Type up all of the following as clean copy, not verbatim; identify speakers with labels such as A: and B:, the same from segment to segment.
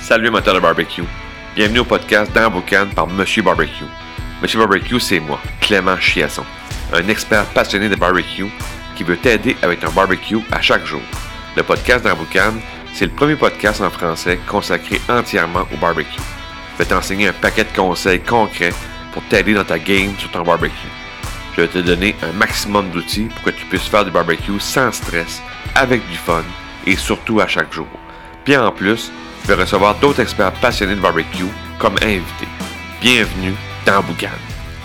A: Salut amateurs de barbecue. Bienvenue au podcast Dans la Boucane par Monsieur Barbecue. Monsieur Barbecue, c'est moi, Clément Chiasson, un expert passionné de barbecue qui veut t'aider avec ton barbecue à chaque jour. Le podcast Dans la Boucane, c'est le premier podcast en français consacré entièrement au barbecue. Je vais t'enseigner un paquet de conseils concrets pour t'aider dans ta game sur ton barbecue. Je vais te donner un maximum d'outils pour que tu puisses faire du barbecue sans stress, avec du fun et surtout à chaque jour. Puis en plus, je vais recevoir d'autres experts passionnés de barbecue comme invités. Bienvenue dans Boucane.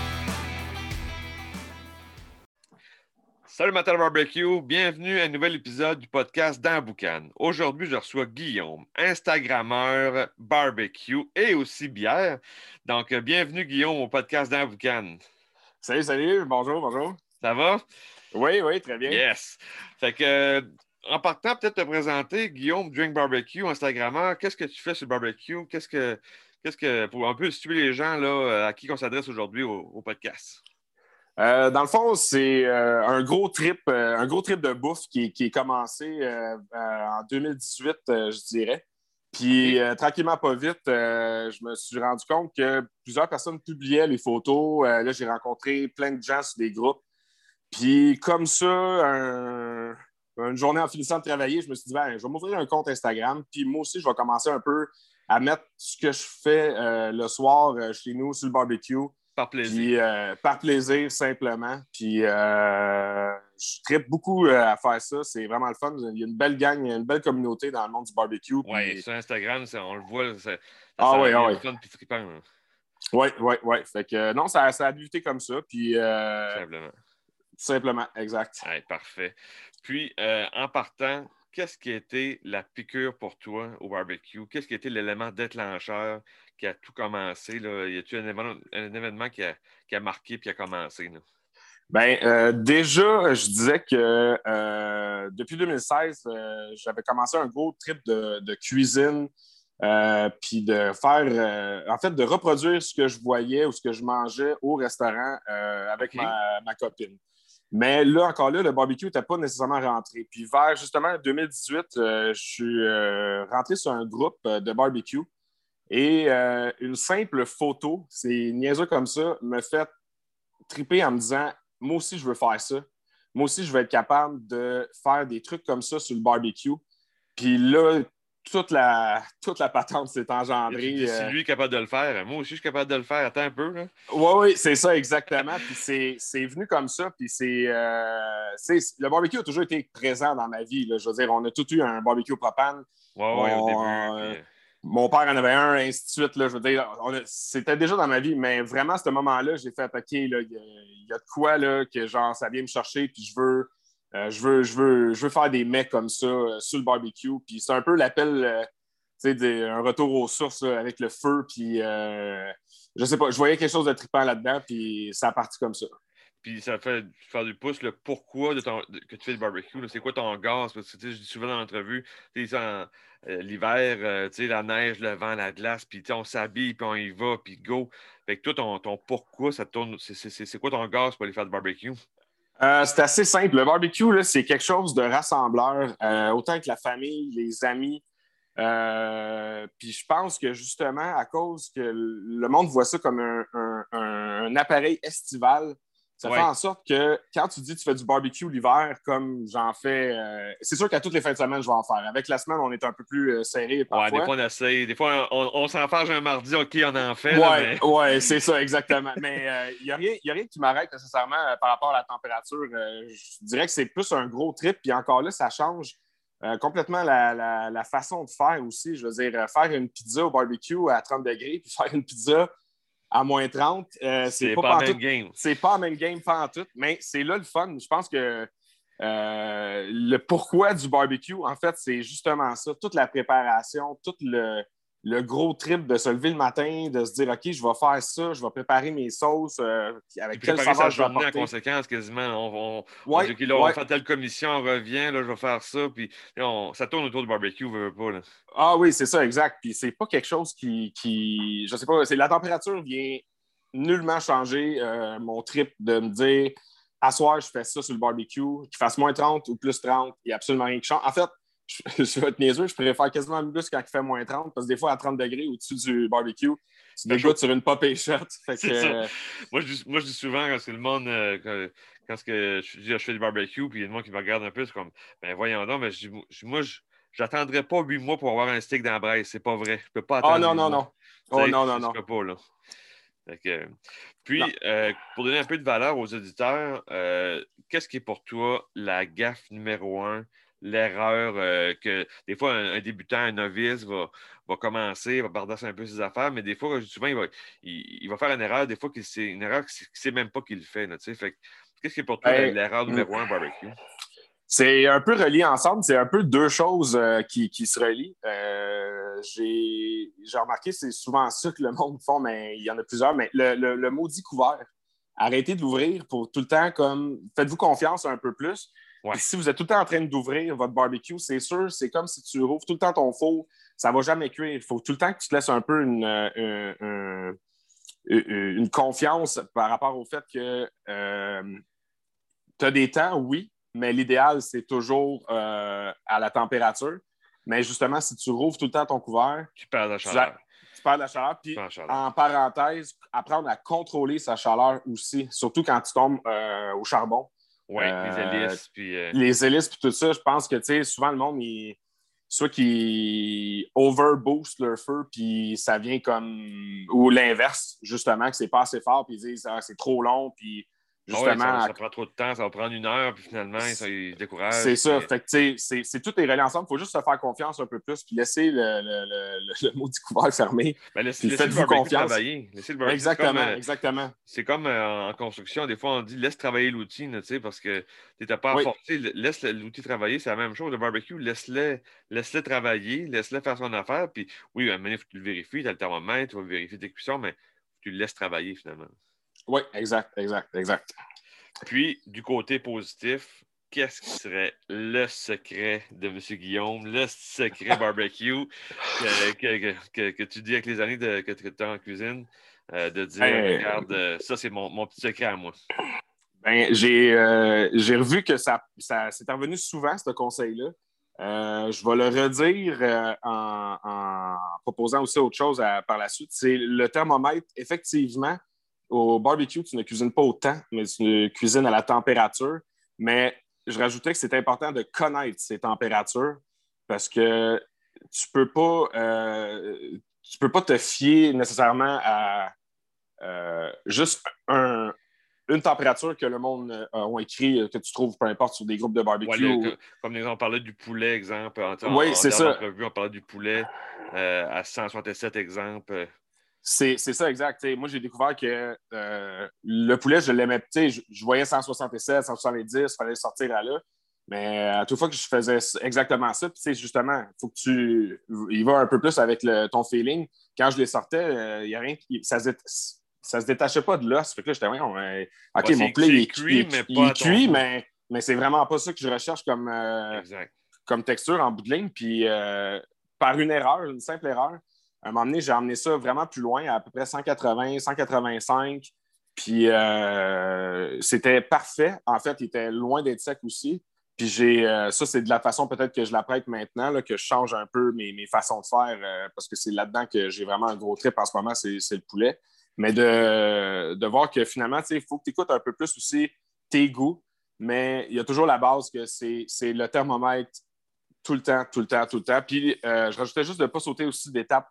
A: Salut Matin Barbecue, bienvenue à un nouvel épisode du podcast Dans Boucane. Aujourd'hui, je reçois Guillaume, Instagrammeur, barbecue et aussi bière. Donc, bienvenue Guillaume au podcast Dans Boucane.
B: Salut, bonjour.
A: Ça va?
B: Oui, très bien.
A: Yes! Fait que, en partant, peut-être te présenter, Guillaume, Drink Barbecue, Instagrammeur, qu'est-ce que tu fais sur le barbecue? Qu'est-ce que pour un peu situer les gens là, à qui on s'adresse aujourd'hui au podcast?
B: Dans le fond, c'est un gros trip de bouffe qui est commencé en 2018, je dirais. Puis, tranquillement, pas vite, je me suis rendu compte que plusieurs personnes publiaient les photos. Là, j'ai rencontré plein de gens sur des groupes. Puis, comme ça, une journée en finissant de travailler, je me suis dit, je vais m'ouvrir un compte Instagram. Puis, moi aussi, je vais commencer un peu à mettre ce que je fais le soir chez nous sur le barbecue.
A: Par plaisir.
B: Puis, par plaisir, simplement. Puis, je trippe beaucoup à faire ça. C'est vraiment le fun. Il y a une belle gang, une belle communauté dans le monde du barbecue.
A: Oui,
B: puis...
A: sur Instagram, on le voit. Ça
B: oui.
A: fun puis trippant. Hein.
B: Oui. Fait que non, ça a débuté comme ça. Puis, Simplement, exact.
A: Ouais, parfait. Puis, en partant, qu'est-ce qui a été la piqûre pour toi au barbecue? Qu'est-ce qui a été l'élément déclencheur qui a tout commencé? Là? Y a-t-il un événement qui a marqué et qui a commencé? Là?
B: Déjà, je disais que depuis 2016, j'avais commencé un gros trip de cuisine, puis de faire, en fait, de reproduire ce que je voyais ou ce que je mangeais au restaurant avec ma copine. Mais là, encore là, le barbecue n'était pas nécessairement rentré. Puis vers, justement, 2018, je suis rentré sur un groupe de barbecue et une simple photo, c'est niaiseux comme ça, me fait triper en me disant « Moi aussi, je veux faire ça. Moi aussi, je veux être capable de faire des trucs comme ça sur le barbecue. » Puis là, toute la patente s'est engendrée.
A: Si lui est capable de le faire, moi aussi, je suis capable de le faire. Attends un peu. Là.
B: Oui, c'est ça, exactement. Puis c'est venu comme ça. Puis le barbecue a toujours été présent dans ma vie. Là. Je veux dire, on a tous eu un barbecue propane.
A: Oui, au début.
B: Mon père en avait un, ainsi de suite. Là, je veux dire, c'était déjà dans ma vie. Mais vraiment, à ce moment-là, j'ai fait OK, il y a de quoi là, que genre, ça vient me chercher. Puis je veux faire des mets comme ça sur le barbecue. Puis c'est un peu l'appel, un retour aux sources là, avec le feu. Puis je sais pas, je voyais quelque chose de trippant là-dedans. Puis ça a parti comme ça.
A: Puis ça fait faire du pouce, le pourquoi que tu fais du barbecue. Là. C'est quoi ton gaz? Parce que je dis souvent dans l'entrevue, l'hiver, la neige, le vent, la glace, puis on s'habille, puis on y va, puis go. Fait que toi, ton pourquoi, ça tourne. C'est quoi ton gaz pour aller faire du barbecue?
B: C'est assez simple. Le barbecue, là, c'est quelque chose de rassembleur, autant que la famille, les amis. Puis je pense que justement, à cause que le monde voit ça comme un appareil estival, ça fait en sorte que quand tu dis que tu fais du barbecue l'hiver, comme j'en fais, c'est sûr qu'à toutes les fins de semaine, je vais en faire. Avec la semaine, on est un peu plus serré parfois.
A: Ouais, des fois, on essaye. Des fois, on s'en fâche un mardi, OK, on en fait.
B: Oui, c'est ça, exactement. Mais il n'y a rien qui m'arrête nécessairement par rapport à la température. Je dirais que c'est plus un gros trip. Puis encore là, ça change complètement la façon de faire aussi. Je veux dire, faire une pizza au barbecue à 30 degrés, puis faire une pizza à moins 30, c'est pas
A: la même game.
B: C'est pas la même game, pas en tout, mais c'est là le fun. Je pense que le pourquoi du barbecue, en fait, c'est justement ça. Toute la préparation, tout le gros trip de se lever le matin, de se dire, OK, je vais faire ça, je vais préparer mes sauces avec quel saveur je vais apporter.
A: En conséquence, quasiment. On fait telle commission, on revient, là, je vais faire ça, puis ça tourne autour du barbecue, pas. Là.
B: Ah oui, c'est ça, exact. Puis c'est pas quelque chose qui je sais pas, la température vient nullement changer mon trip de me dire, à soir, je fais ça sur le barbecue, qu'il fasse moins 30 ou plus 30, il n'y a absolument rien qui change. En fait, je vais être niaiseux, je préfère quasiment plus quand il fait moins 30 parce que des fois, à 30 degrés au-dessus du barbecue, tu dégoûtes sur une pop et shot. Fait
A: C'est
B: que,
A: ça. Moi, je dis souvent, quand c'est le monde, quand je fais du barbecue, puis il y a des gens qui me regardent un peu, c'est comme, ben voyons donc, mais j'attendrai pas 8 mois pour avoir un steak dans la braise. C'est pas vrai. Je peux pas
B: oh
A: attendre
B: non,
A: 8
B: non,
A: mois.
B: non.
A: Tu
B: Oh
A: sais,
B: non, non,
A: je
B: non.
A: peux pas, là. Fait que,
B: Non.
A: puis, pour donner un peu de valeur aux auditeurs, qu'est-ce qui est pour toi la gaffe numéro un, l'erreur que des fois un débutant, un novice va commencer, va bardasser un peu ses affaires, mais des fois, souvent, il va faire une erreur, des fois, c'est une erreur qu'il ne sait même pas qu'il le fait. Là, tu sais. Fait que, qu'est-ce qui est pour toi
B: Ben,
A: l'erreur numéro un barbecue?
B: c'est un peu relié ensemble. C'est un peu deux choses qui se relient. J'ai remarqué, c'est souvent ça que le monde font, mais il y en a plusieurs. Mais le maudit couvert, arrêtez de l'ouvrir pour tout le temps comme faites-vous confiance un peu plus.
A: Ouais.
B: Puis si vous êtes tout le temps en train d'ouvrir votre barbecue, c'est sûr, c'est comme si tu rouvres tout le temps ton four, ça ne va jamais cuire. Il faut tout le temps que tu te laisses un peu une confiance par rapport au fait que tu as des temps, oui, mais l'idéal, c'est toujours à la température. Mais justement, si tu rouvres tout le temps ton couvert,
A: Tu perds la chaleur.
B: tu perds de la chaleur.
A: Tu
B: Puis,
A: perds la chaleur.
B: en parenthèse, apprendre à contrôler sa chaleur aussi, surtout quand tu tombes au charbon.
A: Oui, les hélices. Puis,
B: Les hélices, puis tout ça, je pense que, tu sais, souvent, le monde, soit qu'ils overboost leur feu, puis ça vient comme... Ou l'inverse, justement, que c'est pas assez fort, puis ils disent ah, c'est trop long, puis justement...
A: ça prend trop de temps, ça va prendre 1 heure, puis finalement, ils se découragent.
B: C'est ça.
A: Puis...
B: Fait que, tu sais, c'est tout est relié ensemble. Il faut juste se faire confiance un peu plus, puis laisser le maudit couvert fermé.
A: Ben,
B: Puis
A: laissez le
B: faites-vous
A: barbecue
B: confiance.
A: travailler. Laissez le barbecue,
B: Exactement, exactement.
A: c'est comme en construction. Des fois, on dit laisse travailler l'outil, là, parce que tu n'étais pas à
B: Oui,
A: forcer. Laisse l'outil travailler, c'est la même chose. Le barbecue, laisse-le travailler, laisse-le faire son affaire. Puis oui, à un moment donné, il faut que tu le vérifies. Tu as le thermomètre, tu vas vérifier tes cuissons, mais tu le laisses travailler finalement.
B: oui, exact, exact, exact.
A: Puis, du côté positif, qu'est-ce qui serait le secret de M. Guillaume, le secret barbecue que tu dis avec les années que tu as en cuisine, de dire, regarde, ça, c'est mon petit secret à moi.
B: Ben, j'ai revu que ça c'est revenu souvent, ce conseil-là. Je vais le redire en proposant aussi autre chose par la suite. C'est le thermomètre. Effectivement, au barbecue, tu ne cuisines pas au temps, mais tu cuisines à la température. Mais je rajouterais que c'est important de connaître ces températures parce que tu peux pas te fier nécessairement à juste une température que le monde a écrit, que tu trouves, peu importe, sur des groupes de
A: Ouais,
B: barbecue.
A: comme on parlait du poulet, exemple.
B: Oui,
A: En
B: c'est
A: dernière
B: ça.
A: entrevue, on parlait du poulet à 167, exemple.
B: C'est ça, exact. T'sais, moi, j'ai découvert que le poulet, je l'aimais. Je voyais 167, 170, il fallait sortir à là. Mais à toute fois que je faisais exactement ça, puis justement, il faut que il va un peu plus avec ton feeling. Quand je les sortais, il y a rien, ça se détachait pas de l'os. Fait que là, j'étais, OK,
A: Ouais,
B: mon poulet,
A: c'est cuit, mais pas
B: il
A: à
B: est
A: ton
B: cuit,
A: goût.
B: mais c'est vraiment pas ça que je recherche
A: Exact.
B: comme texture en bout de ligne. Puis par une erreur, une simple erreur, à un moment donné, j'ai emmené ça vraiment plus loin, à peu près 180, 185. Puis c'était parfait. En fait, il était loin d'être sec aussi. Puis ça, c'est de la façon peut-être que je l'apprête maintenant, là, que je change un peu mes façons de faire, parce que c'est là-dedans que j'ai vraiment un gros trip en ce moment, c'est le poulet. Mais de voir que finalement, il faut que tu écoutes un peu plus aussi tes goûts, mais il y a toujours la base que c'est le thermomètre tout le temps, tout le temps, tout le temps. Puis je rajoutais juste de ne pas sauter aussi d'étapes.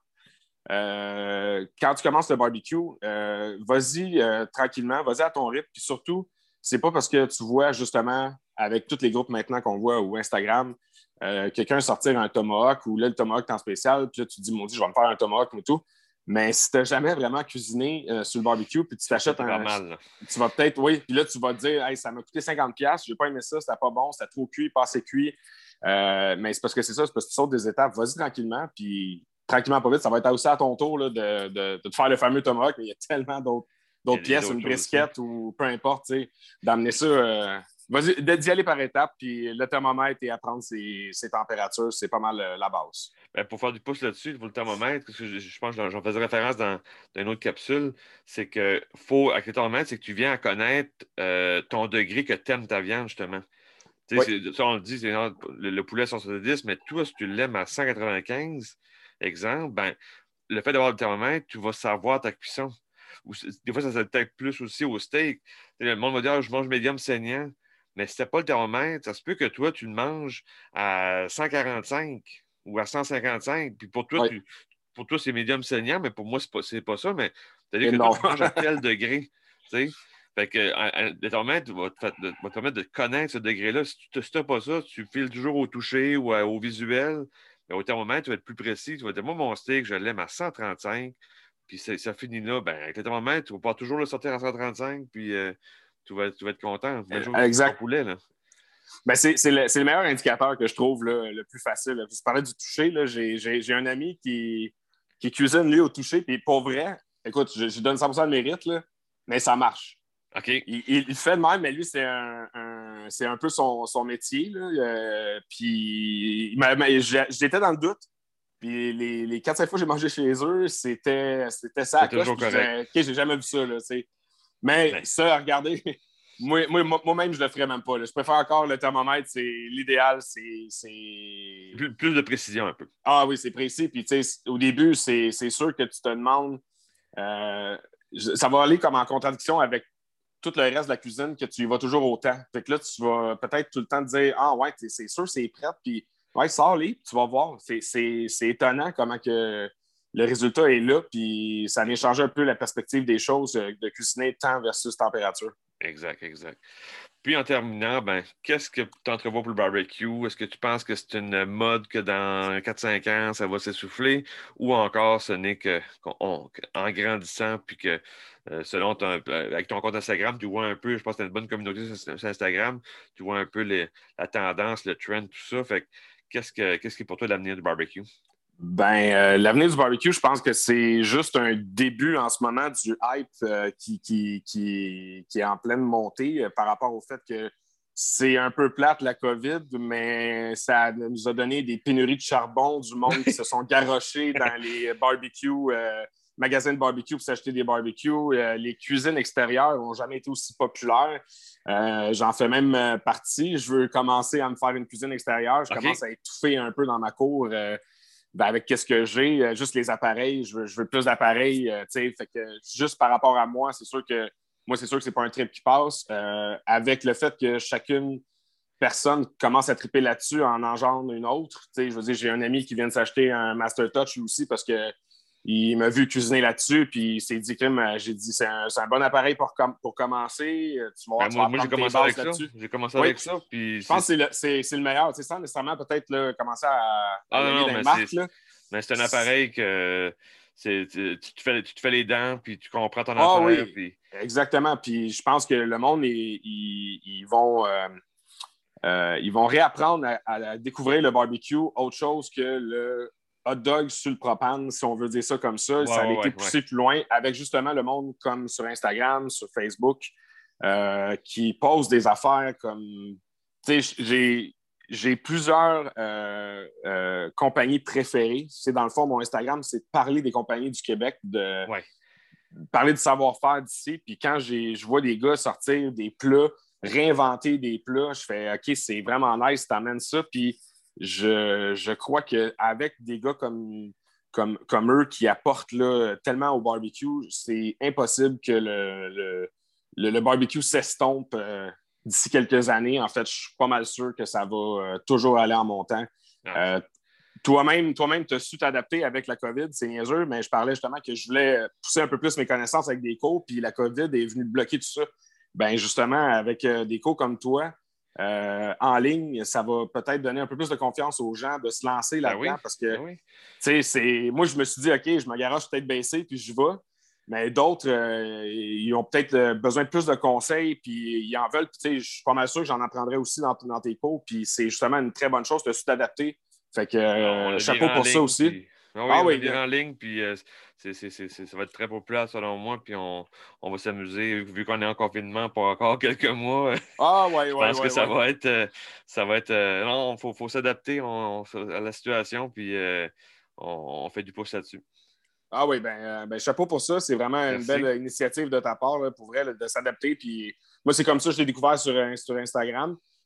B: Quand tu commences le barbecue, vas-y tranquillement, vas-y à ton rythme. Puis surtout, c'est pas parce que tu vois justement avec tous les groupes maintenant qu'on voit ou Instagram, quelqu'un sortir un tomahawk ou là le tomahawk est en spécial, puis là tu te dis, maudit, je vais me faire un tomahawk et tout. Mais si tu n'as jamais vraiment cuisiné sur le barbecue, puis tu t'achètes
A: un. Mal, là.
B: Tu vas peut-être, oui, puis là tu vas te dire, hey, ça m'a coûté 50$, j'ai pas aimé ça, c'était pas bon, c'était trop cuit, pas assez cuit. Mais c'est parce que c'est ça, c'est parce que tu sautes des étapes, vas-y tranquillement, puis tranquillement, pas vite, ça va être aussi à ton tour là, de te faire le fameux tomahawk, mais il y a tellement d'autres pièces, une brisquette ou peu importe, d'amener ça. Vas-y, d'y aller par étapes, puis le thermomètre et apprendre ses températures, c'est pas mal la base.
A: Ben, pour faire du pouce là-dessus, pour le thermomètre, parce que je pense que j'en faisais référence dans une autre capsule, c'est que faut, avec le thermomètre, c'est que tu viens à connaître ton degré que tu aimes ta viande, justement. Tu sais, ça, on le dit, le poulet à 170, mais toi, si tu l'aimes à 195, exemple, ben, le fait d'avoir le thermomètre, tu vas savoir ta cuisson. Des fois, ça s'attaque plus aussi au steak. Le monde va dire, ah, je mange médium saignant. Mais si tu n'as pas le thermomètre, ça se peut que toi, tu le manges à 145 ou à 155. Puis
B: Oui.
A: pour toi, c'est médium saignant, mais pour moi, c'est pas ça. Mais c'est-à-dire
B: Et
A: que toi,
B: non.
A: tu le manges à tel degré. Tu sais? Fait que le thermomètre va te permettre de connaître ce degré-là. Si tu n'as pas ça, tu files toujours au toucher ou au visuel. Mais au thermomètre, tu vas être plus précis. Tu vas dire, moi, mon steak, je l'aime à 135. Puis ça finit là. Ben, avec le thermomètre, tu vas pas toujours le sortir à 135. Puis tu vas être content. Même chose pour ton
B: Exact.
A: poulet. Là.
B: Ben, c'est le meilleur indicateur que je trouve là, le plus facile. Je parlais du toucher. Là. J'ai un ami qui cuisine, lui, au toucher. Puis pour vrai, écoute, je donne 100% de mérite, là, mais ça marche.
A: OK.
B: Il fait de même, mais lui, c'est un peu son métier. Là. Puis j'étais dans le doute. Puis les 4-5 fois que j'ai mangé chez eux, c'était ça à
A: C'est
B: coche.
A: toujours
B: Puis je
A: correct.
B: disais, OK, j'ai jamais vu ça. Là, mais
A: Ben,
B: ça, regardez, moi-même, je le ferais même pas. Là. Je préfère encore le thermomètre. C'est l'idéal.
A: plus de précision un peu.
B: Ah oui, c'est précis. Puis au début, c'est sûr que tu te demandes. Ça va aller comme en contradiction avec tout le reste de la cuisine que tu y vas toujours autant. Fait que là, tu vas peut-être tout le temps te dire ah ouais, c'est sûr, c'est prêt. Puis ouais, sors-les, tu vas voir. C'est étonnant comment que le résultat est là. Puis ça vient changer un peu la perspective des choses de cuisiner temps versus température.
A: Exact, exact. Puis en terminant, ben, qu'est-ce que tu entrevois pour le barbecue? Est-ce que tu penses que c'est une mode que dans 4-5 ans, ça va s'essouffler? Ou encore ce n'est qu'en grandissant, puis que selon avec ton compte Instagram, tu vois un peu, je pense que tu as une bonne communauté sur Instagram, tu vois un peu la tendance, le trend, tout ça. Fait que qu'est-ce qui est pour toi l'avenir du barbecue?
B: Ben, l'avenir du barbecue, je pense que c'est juste un début en ce moment du hype qui est en pleine montée par rapport au fait que c'est un peu plate la COVID, mais ça nous a donné des pénuries de charbon, du monde qui se sont garrochés dans les barbecues, magasins de barbecue pour s'acheter des barbecues. Les cuisines extérieures n'ont jamais été aussi populaires. J'en fais même partie. Je veux commencer à me faire une cuisine extérieure. Je
A: OK?
B: commence à étouffer un peu dans ma cour. Ben avec qu'est-ce que j'ai, juste les appareils, je veux plus d'appareils, fait que juste par rapport à moi, c'est sûr que c'est pas un trip qui passe. Avec le fait que chacune personne commence à triper là-dessus en engendre une autre. Je veux dire, j'ai un ami qui vient de s'acheter un Master Touch lui aussi parce que il m'a vu cuisiner là-dessus, puis il s'est dit que j'ai dit c'est un bon appareil pour commencer.
A: Ben,
B: Tu vas
A: moi j'ai
B: apprendre tes
A: commencé
B: bases
A: avec ça.
B: là-dessus.
A: J'ai commencé
B: Oui,
A: avec ça, puis
B: je pense que c'est le meilleur. Sans nécessairement peut-être là, commencer à
A: Ah
B: y
A: non,
B: aller
A: non,
B: dans les marques. Là.
A: mais c'est un appareil que tu te fais les dents, puis tu comprends ton
B: Ah
A: affaire,
B: oui,
A: puis
B: exactement. Puis je pense que le monde, ils vont réapprendre à découvrir le barbecue autre chose que le hot dog sur le propane, si on veut dire ça comme ça.
A: ouais,
B: Ça a
A: ouais,
B: été
A: ouais.
B: poussé plus loin avec justement le monde comme sur Instagram, sur Facebook, qui pose des affaires comme. Tu sais, j'ai plusieurs compagnies préférées. C'est dans le fond, mon Instagram, c'est de parler des compagnies du Québec, de
A: Ouais.
B: parler du savoir-faire d'ici. Puis quand je vois des gars sortir des plats, réinventer des plats, je fais OK, c'est vraiment nice, t'amènes ça. Puis je crois qu'avec des gars comme eux qui apportent là, tellement au barbecue, c'est impossible que le barbecue s'estompe d'ici quelques années. En fait, je suis pas mal sûr que ça va toujours aller en montant.
A: Ah,
B: Euh, toi-même, tu as su t'adapter avec la COVID, c'est niaiseux, mais je parlais justement que je voulais pousser un peu plus mes connaissances avec des cours, puis la COVID est venue bloquer tout ça. Ben justement, avec des cours comme toi, en ligne, ça va peut-être donner un peu plus de confiance aux gens de se lancer
A: ben
B: là-dedans
A: oui,
B: parce que,
A: ben oui.
B: moi, je me suis dit, OK, je me garoche peut-être baissé, puis je vais. Mais d'autres, ils ont peut-être besoin de plus de conseils, puis ils en veulent. Puis, je suis pas mal sûr que j'en apprendrai aussi dans tes cours, puis c'est justement une très bonne chose de su t'adapter. Fait que
A: On a viré
B: chapeau
A: en
B: pour ça
A: ligne,
B: aussi.
A: puis ah oui,
B: Ah
A: on a
B: oui,
A: viré en ligne, puis ça va être très populaire selon moi, puis on va s'amuser, vu qu'on est en confinement pour encore quelques mois.
B: ah ouais,
A: Je
B: ouais,
A: pense que
B: ouais, ouais.
A: non, faut s'adapter à la situation, puis on fait du pouce là-dessus.
B: Ah oui, ben, chapeau pour ça. C'est vraiment une
A: Merci.
B: belle initiative de ta part, là, pour vrai, là, de s'adapter. Puis moi, c'est comme ça que je l'ai découvert sur Instagram.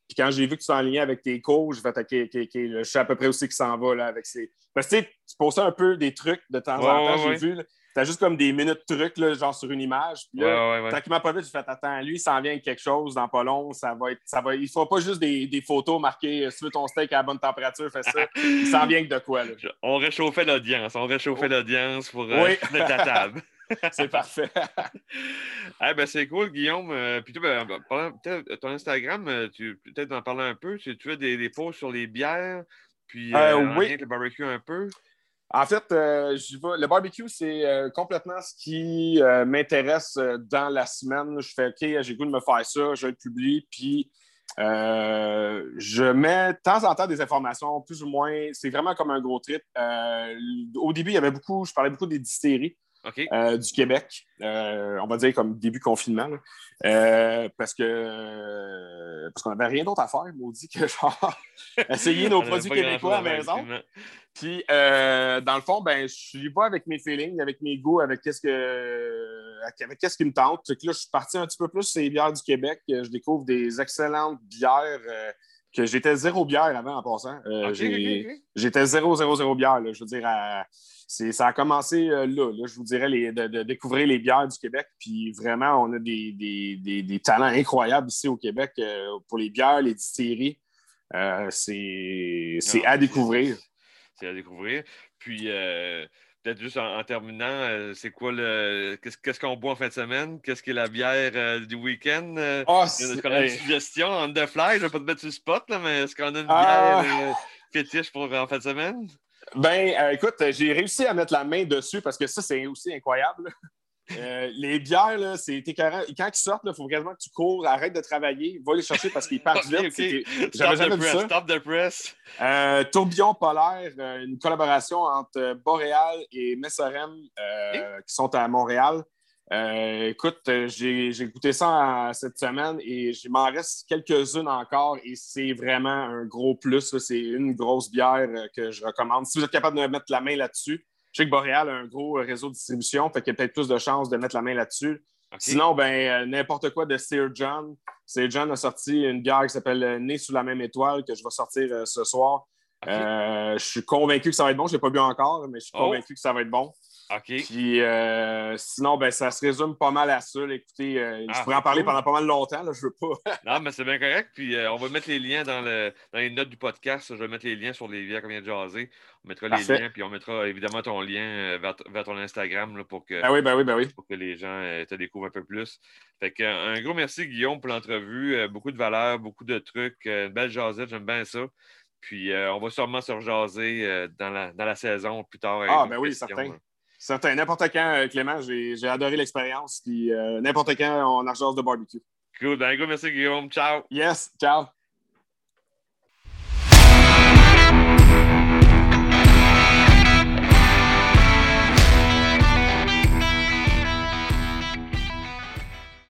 B: Puis quand j'ai vu que tu t'enlignais avec tes cours, j'ai fait OK, je sais à peu près aussi qui s'en va là, avec ses. Parce que tu postais un peu des trucs de temps en temps, j'ai vu. T'as juste comme des minutes de trucs, là, genre sur une image. Puis là, tranquillement pas vite, j'ai fait attends, lui, il s'en vient avec quelque chose dans pas long, il fera pas juste des photos marquées si tu veux ton steak à la bonne température, fais ça. Il s'en vient avec de quoi, là.
C: On réchauffait l'audience. L'audience pour mettre la table.
B: C'est parfait.
C: C'est cool, Guillaume. Puis toi, peut-être ton Instagram, tu peut-être en parler un peu. Tu fais des posts sur les bières, puis en lien avec le barbecue un peu.
B: En fait, le barbecue, c'est complètement ce qui m'intéresse dans la semaine. Je fais OK, j'ai le goût de me faire ça, je le publie, puis je mets de temps en temps des informations, plus ou moins. C'est vraiment comme un gros trip. Au début, je parlais beaucoup des distilleries.
C: Okay.
B: Du Québec, on va dire comme début confinement, parce qu'on n'avait rien d'autre à faire, maudit que genre essayer nos produits québécois à la maison. Puis, dans le fond, je y vais avec mes feelings, avec mes goûts, avec qu'est-ce qui me tente. Fait que là, je suis parti un petit peu plus sur les bières du Québec. Je découvre des excellentes bières que j'étais zéro bière avant en passant. J'étais zéro bière, là, je veux dire, ça a commencé là, je vous dirais, de découvrir les bières du Québec. Puis vraiment, on a des talents incroyables ici au Québec pour les bières, les distilleries. C'est à découvrir.
C: C'est à découvrir. Puis, peut-être juste en terminant, c'est quoi qu'est-ce qu'on boit en fin de semaine? Qu'est-ce qui est la bière du week-end? Est-ce qu'on a une suggestion on the fly? Je ne vais pas te mettre sur le spot, là, mais est-ce qu'on a une bière fétiche pour en fin de semaine?
B: Écoute, j'ai réussi à mettre la main dessus parce que ça, c'est aussi incroyable. Les bières, là, c'est écœurant. Quand ils sortent, il faut quasiment que tu cours, arrête de travailler, va les chercher parce qu'ils partent vite.
C: Okay.
B: J'avais jamais vu ça.
C: Stop the press.
B: Tourbillon polaire, une collaboration entre Boréal et Messorem qui sont à Montréal. Écoute, j'ai goûté ça cette semaine et il m'en reste quelques-unes encore et c'est vraiment un gros plus. C'est une grosse bière que je recommande. Si vous êtes capable de mettre la main là-dessus, je sais que Boréal a un gros réseau de distribution, fait qu'il y a peut-être plus de chances de mettre la main là-dessus. Okay. Sinon, n'importe quoi de Sir John. Sir John a sorti une bière qui s'appelle Né sous la même étoile que je vais sortir ce soir. Okay. Je suis convaincu que ça va être bon. Je ne l'ai pas bu encore, mais je suis convaincu que ça va être bon.
C: Okay.
B: Puis sinon, ça se résume pas mal à ça. Là. Écoutez, je pourrais en parler pendant pas mal longtemps. Là, je veux pas.
C: Non, mais c'est bien correct. Puis on va mettre les liens dans les notes du podcast. Je vais mettre les liens sur les bières qu'on vient de jaser. On mettra les liens, puis on mettra évidemment ton lien vers ton Instagram là, pour que pour que les gens te découvrent un peu plus. Fait que, un gros merci, Guillaume, pour l'entrevue. Beaucoup de valeur, beaucoup de trucs. Une belle jasette, j'aime bien ça. Puis on va sûrement se rejaser dans la saison plus tard.
B: Oui, certain. Certain. N'importe quand, Clément, j'ai adoré l'expérience. Puis n'importe quand, on en rejase de barbecue.
C: Cool. Un gros merci, Guillaume. Ciao.
B: Yes, ciao.